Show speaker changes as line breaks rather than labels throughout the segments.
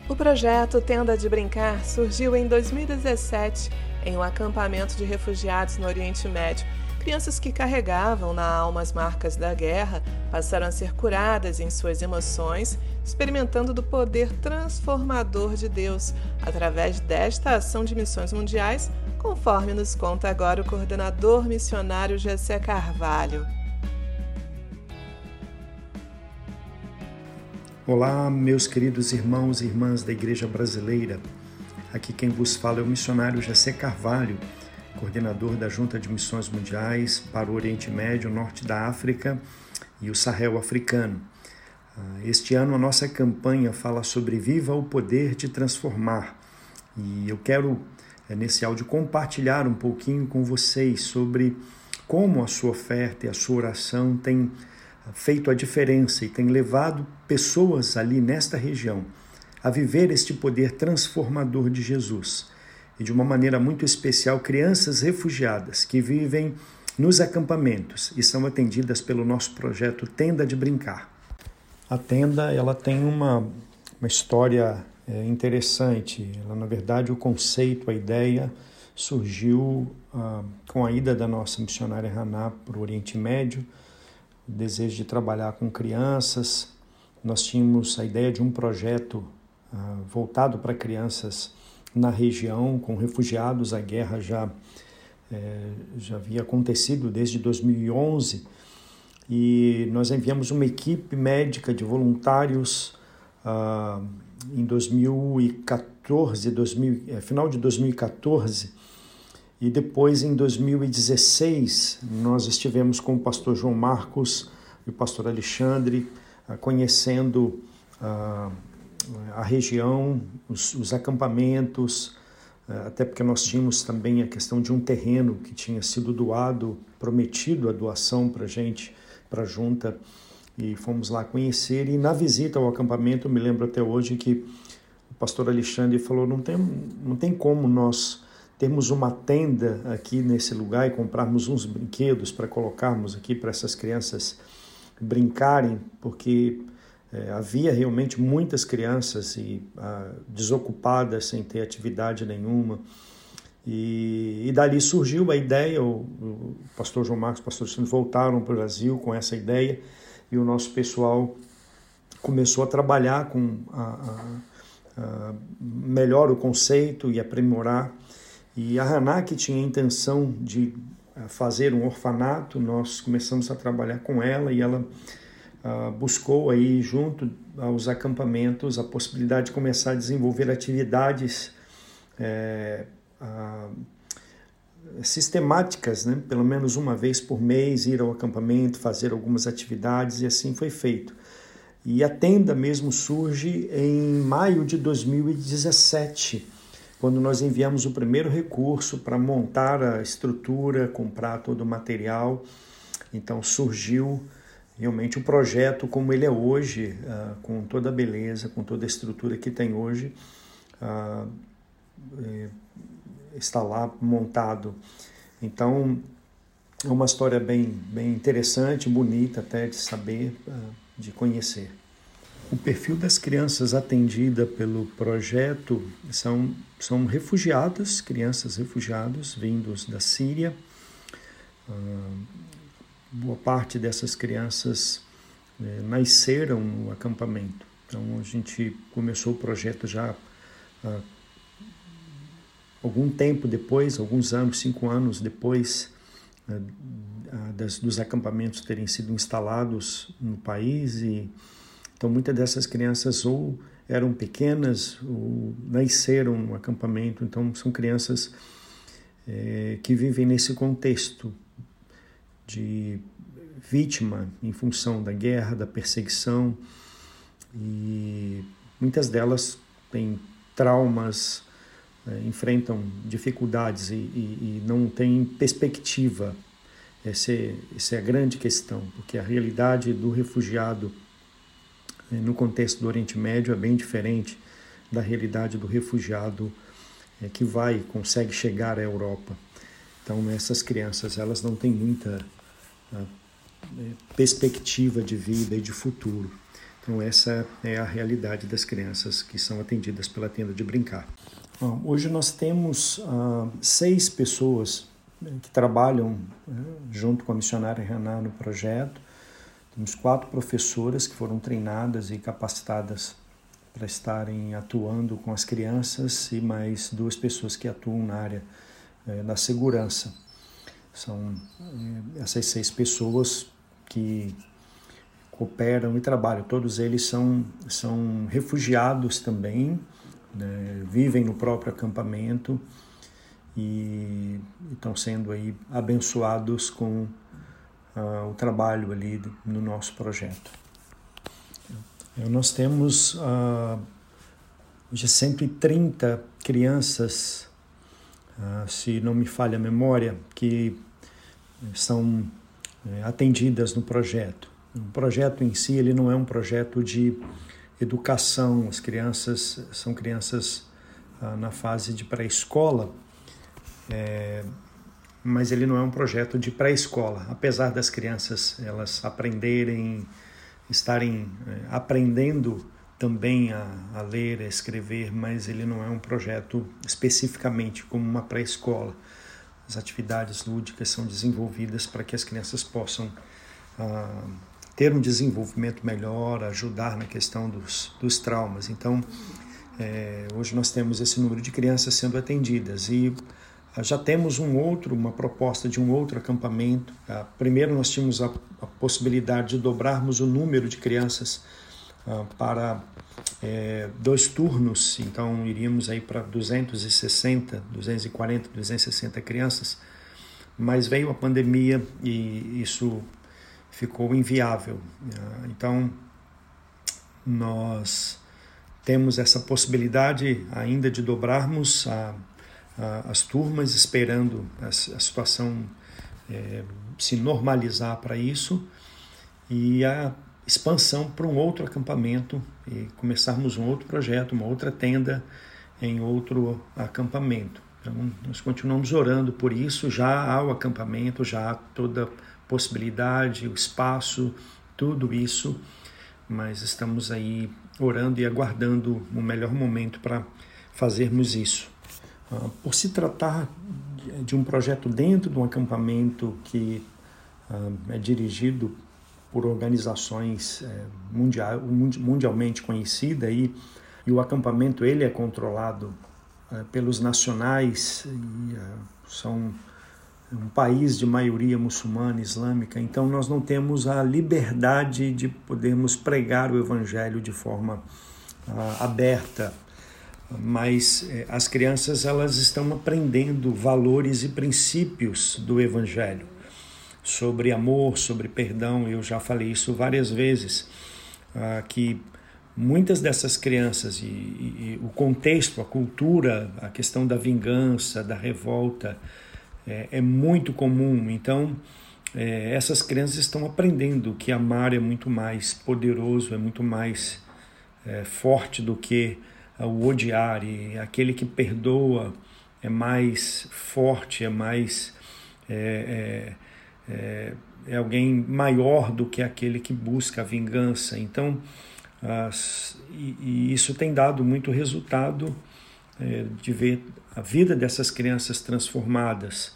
O projeto Tenda de Brincar surgiu em 2017 em um acampamento de refugiados no Oriente Médio. Crianças que carregavam na alma as marcas da guerra passaram a ser curadas em suas emoções, experimentando do poder transformador de Deus através desta ação de missões mundiais, conforme nos conta agora o coordenador missionário Jessé Carvalho.
Olá, meus queridos irmãos e irmãs da Igreja Brasileira. Aqui quem vos fala é o missionário Jessé Carvalho, coordenador da Junta de Missões Mundiais para o Oriente Médio, o Norte da África e o Sahel africano. Este ano a nossa campanha fala sobre Viva o Poder de Transformar. E eu quero, nesse áudio, compartilhar um pouquinho com vocês sobre como a sua oferta e a sua oração têm feito a diferença e tem levado pessoas ali nesta região a viver este poder transformador de Jesus. E de uma maneira muito especial, crianças refugiadas que vivem nos acampamentos e são atendidas pelo nosso projeto Tenda de Brincar. A tenda, ela tem uma história interessante. Ela, na verdade, o conceito, a ideia surgiu com a ida da nossa missionária Haná para o Oriente Médio, o desejo de trabalhar com crianças. Nós tínhamos a ideia de um projeto voltado para crianças na região, com refugiados. A guerra já havia acontecido desde 2011 e nós enviamos uma equipe médica de voluntários em 2014, final de 2014, e depois em 2016 nós estivemos com o pastor João Marcos e o pastor Alexandre conhecendo a região, os acampamentos, até porque nós tínhamos também a questão de um terreno que tinha sido doado, prometido a doação para a gente, para a junta, e fomos lá conhecer. E na visita ao acampamento, eu me lembro até hoje que o pastor Alexandre falou, não tem como nós termos uma tenda aqui nesse lugar e comprarmos uns brinquedos para colocarmos aqui para essas crianças brincarem, porque havia realmente muitas crianças desocupadas, sem ter atividade nenhuma. E dali surgiu a ideia, o pastor João Marcos e o pastor Alexandre voltaram para o Brasil com essa ideia e o nosso pessoal começou a trabalhar com melhor o conceito e aprimorar. E a Haná, que tinha a intenção de fazer um orfanato, nós começamos a trabalhar com ela e ela buscou aí junto aos acampamentos a possibilidade de começar a desenvolver atividades sistemáticas, né? Pelo menos uma vez por mês ir ao acampamento, fazer algumas atividades, e assim foi feito. E a tenda mesmo surge em maio de 2017, quando nós enviamos o primeiro recurso para montar a estrutura, comprar todo o material. Então surgiu realmente o projeto como ele é hoje, com toda a beleza, com toda a estrutura que tem hoje, está lá montado. Então é uma história bem interessante, bonita até de saber, de conhecer. O perfil das crianças atendida pelo projeto são refugiadas, crianças refugiadas vindos da Síria. Boa parte dessas crianças nasceram no acampamento. Então a gente começou o projeto já algum tempo depois, alguns anos, 5 anos depois dos acampamentos terem sido instalados no país. Então, muitas dessas crianças ou eram pequenas ou nasceram no acampamento. Então, são crianças que vivem nesse contexto de vítima em função da guerra, da perseguição. E muitas delas têm traumas, enfrentam dificuldades e não têm perspectiva. Essa é a grande questão, porque a realidade do refugiado no contexto do Oriente Médio é bem diferente da realidade do refugiado que consegue chegar à Europa. Então, essas crianças, elas não têm muita perspectiva de vida e de futuro. Então essa é a realidade das crianças que são atendidas pela tenda de brincar. Bom, hoje nós temos 6 pessoas que trabalham junto com a missionária Haná no projeto. Temos 4 professoras que foram treinadas e capacitadas para estarem atuando com as crianças e mais 2 pessoas que atuam na área da segurança. São essas 6 pessoas que cooperam e trabalham. Todos eles são refugiados também, né? Vivem no próprio acampamento e estão sendo aí abençoados com o trabalho ali no nosso projeto. Nós temos hoje 130 crianças, se não me falha a memória, que são atendidas no projeto. O projeto em si ele não é um projeto de educação. As crianças são crianças na fase de pré-escola, mas ele não é um projeto de pré-escola. Apesar das crianças elas estarem aprendendo também a ler, a escrever, mas ele não é um projeto especificamente como uma pré-escola. As atividades lúdicas são desenvolvidas para que as crianças possam ter um desenvolvimento melhor, ajudar na questão dos traumas. Então, hoje nós temos esse número de crianças sendo atendidas e já temos uma proposta de um outro acampamento. Primeiro nós tínhamos a possibilidade de dobrarmos o número de crianças para 2 turnos, então iríamos aí para 240, 260 crianças, mas veio a pandemia e isso ficou inviável. Então nós temos essa possibilidade ainda de dobrarmos as turmas, esperando a situação se normalizar para isso, e a expansão para um outro acampamento e começarmos um outro projeto, uma outra tenda em outro acampamento. Então, nós continuamos orando por isso. Já há o acampamento, já há toda a possibilidade, o espaço, tudo isso, mas estamos aí orando e aguardando o melhor momento para fazermos isso. Por se tratar de um projeto dentro de um acampamento que é dirigido por organizações mundialmente conhecidas e o acampamento ele é controlado pelos nacionais e são um país de maioria muçulmana, islâmica, então nós não temos a liberdade de podermos pregar o evangelho de forma aberta. Mas as crianças elas estão aprendendo valores e princípios do Evangelho, sobre amor, sobre perdão. Eu já falei isso várias vezes, que muitas dessas crianças e o contexto, a cultura, a questão da vingança, da revolta, é muito comum. Então, essas crianças estão aprendendo que amar é muito mais poderoso, é muito mais forte do que o odiar, e aquele que perdoa é mais forte, é alguém maior do que aquele que busca a vingança. Então, isso tem dado muito resultado de ver a vida dessas crianças transformadas,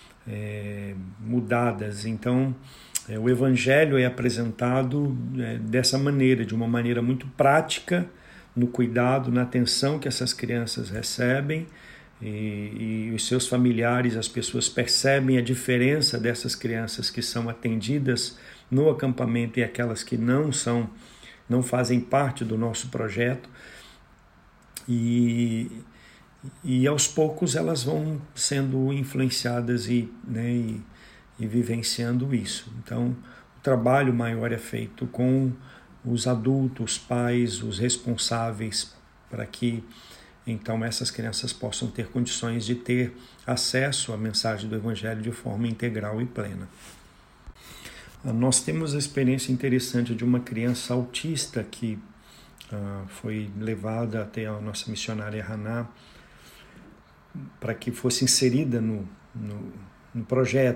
mudadas. Então, o Evangelho é apresentado dessa maneira, de uma maneira muito prática, no cuidado, na atenção que essas crianças recebem, e os seus familiares, as pessoas percebem a diferença dessas crianças que são atendidas no acampamento e aquelas que não fazem parte do nosso projeto, e aos poucos elas vão sendo influenciadas e vivenciando isso. Então o trabalho maior é feito com os adultos, os pais, os responsáveis, para que então essas crianças possam ter condições de ter acesso à mensagem do Evangelho de forma integral e plena. Nós temos a experiência interessante de uma criança autista que foi levada até a nossa missionária Haná para que fosse inserida no projeto.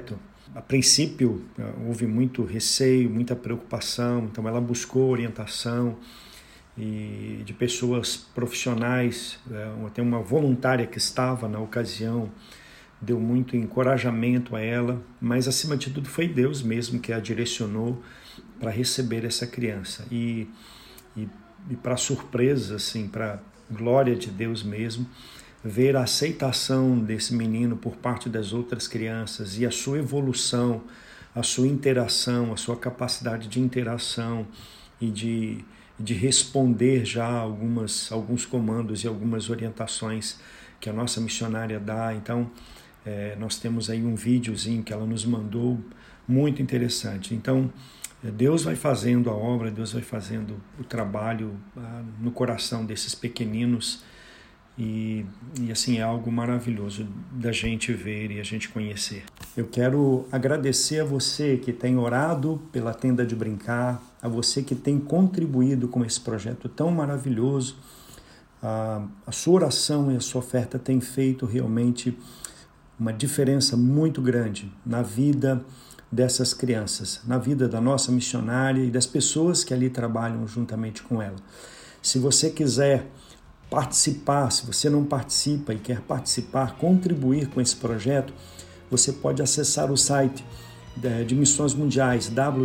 A princípio, houve muito receio, muita preocupação, então ela buscou orientação e de pessoas profissionais. Tem uma voluntária que estava na ocasião, deu muito encorajamento a ela, mas acima de tudo foi Deus mesmo que a direcionou para receber essa criança. E para surpresa, assim, para glória de Deus mesmo, ver a aceitação desse menino por parte das outras crianças e a sua evolução, a sua interação, a sua capacidade de interação e de responder já alguns comandos e algumas orientações que a nossa missionária dá. Então, nós temos aí um videozinho que ela nos mandou, muito interessante. Então, Deus vai fazendo a obra, Deus vai fazendo o trabalho no coração desses pequeninos e assim é algo maravilhoso da gente ver e a gente conhecer. Eu quero agradecer a você que tem orado pela Tenda de Brincar, a você que tem contribuído com esse projeto tão maravilhoso. A sua oração e a sua oferta têm feito realmente uma diferença muito grande na vida dessas crianças, na vida da nossa missionária e das pessoas que ali trabalham juntamente com ela. Se você quiser participar, se você não participa e quer participar, contribuir com esse projeto, você pode acessar o site de Missões Mundiais,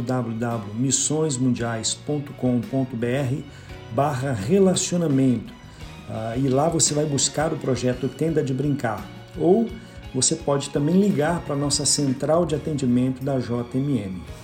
www.missõesmundiais.com.br/relacionamento. E lá você vai buscar o projeto Tenda de Brincar. Ou você pode também ligar para a nossa central de atendimento da JMM.